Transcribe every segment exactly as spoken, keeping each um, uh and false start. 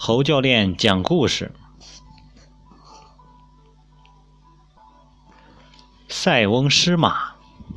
侯教练讲故事。塞翁失马。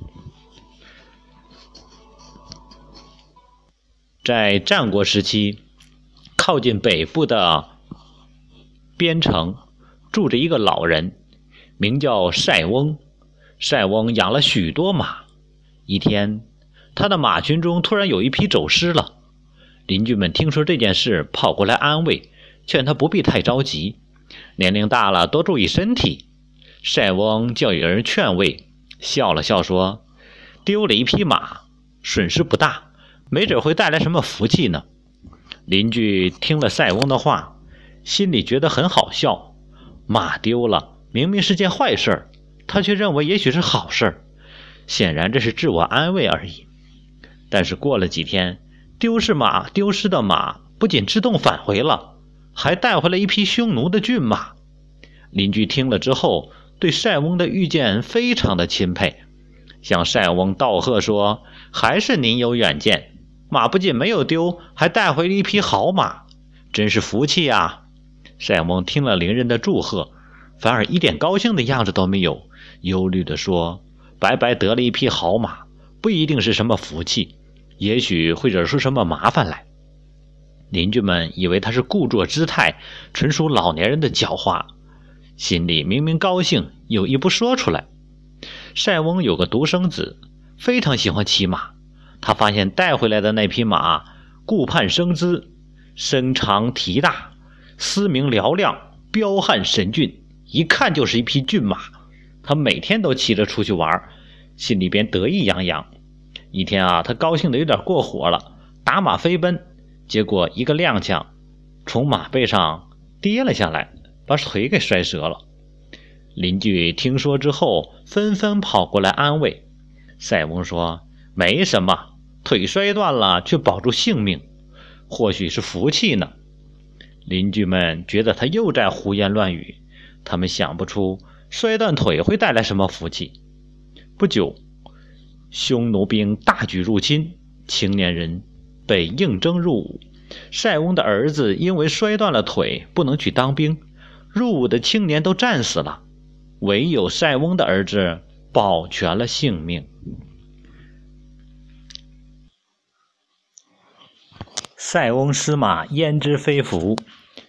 在战国时期，靠近北部的边城住着一个老人，名叫塞翁。塞翁养了许多马，一天他的马群中突然有一匹走失了。邻居们听说这件事，跑过来安慰，劝他不必太着急，年龄大了多注意身体。塞翁叫有人劝慰，笑了笑说，丢了一匹马，损失不大，没准会带来什么福气呢。邻居听了塞翁的话，心里觉得很好笑，马丢了明明是件坏事，他却认为也许是好事，显然这是自我安慰而已。但是过了几天，丢失马丢失的马不仅自动返回了，还带回了一匹匈奴的骏马。邻居听了之后，对塞翁的预见非常的钦佩，向塞翁道贺说，还是您有远见，马不仅没有丢，还带回了一匹好马，真是福气啊。塞翁听了邻人的祝贺，反而一点高兴的样子都没有，忧虑地说，白白得了一匹好马，不一定是什么福气，也许会惹出什么麻烦来。邻居们以为他是故作姿态，纯属老年人的狡猾，心里明明高兴，有意不说出来。塞翁有个独生子，非常喜欢骑马，他发现带回来的那匹马顾盼生姿，身长体大，嘶鸣嘹亮，彪悍神俊，一看就是一匹骏马。他每天都骑着出去玩，心里边得意洋洋。一天啊，他高兴的有点过火了，打马飞奔，结果一个踉跄，从马背上跌了下来，把腿给摔折了。邻居听说之后，纷纷跑过来安慰。塞翁说，没什么，腿摔断了却保住性命，或许是福气呢。邻居们觉得他又在胡言乱语，他们想不出摔断腿会带来什么福气。不久，匈奴兵大举入侵，青年人被应征入伍。塞翁的儿子因为摔断了腿，不能去当兵，入伍的青年都战死了，唯有塞翁的儿子保全了性命。塞翁失马，焉知非福，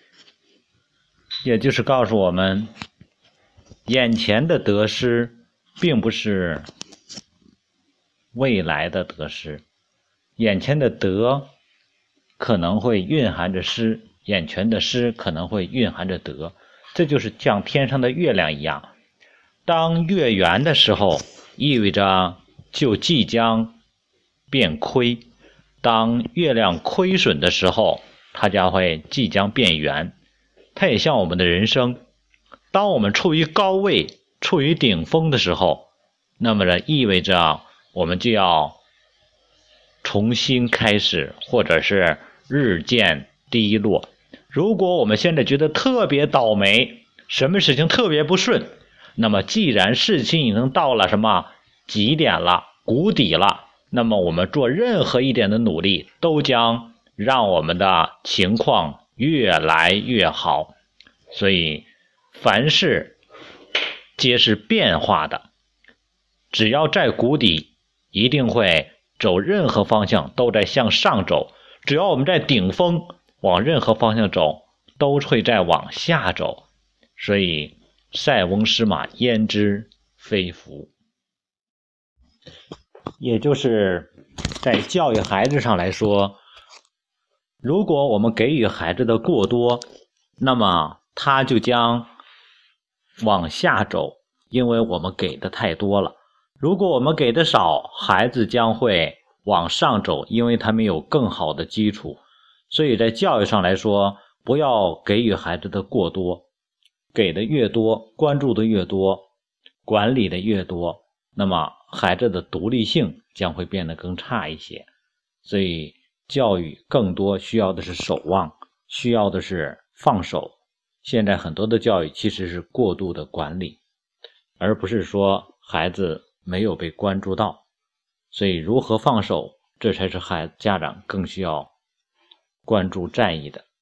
也就是告诉我们，眼前的得失并不是未来的得失，眼前的得可能会蕴含着失，眼前的失可能会蕴含着得。这就是像天上的月亮一样，当月圆的时候，意味着就即将变亏，当月亮亏损的时候，它将会即将变圆。它也像我们的人生，当我们处于高位，处于顶峰的时候，那么呢，意味着我们就要重新开始，或者是日渐低落。如果我们现在觉得特别倒霉，什么事情特别不顺，那么既然事情已经到了什么极点了，谷底了，那么我们做任何一点的努力，都将让我们的情况越来越好。所以凡事皆是变化的，只要在谷底，一定会走任何方向都在向上走，只要我们在顶峰，往任何方向走都会在往下走。所以塞翁失马，焉知非福。也就是在教育孩子上来说，如果我们给予孩子的过多，那么他就将往下走，因为我们给的太多了。如果我们给的少，孩子将会往上走，因为他们有更好的基础。所以在教育上来说，不要给予孩子的过多，给的越多，关注的越多，管理的越多，那么孩子的独立性将会变得更差一些。所以教育更多需要的是守望，需要的是放手。现在很多的教育其实是过度的管理，而不是说孩子没有被关注到。所以如何放手，这才是孩子家长更需要关注在意的。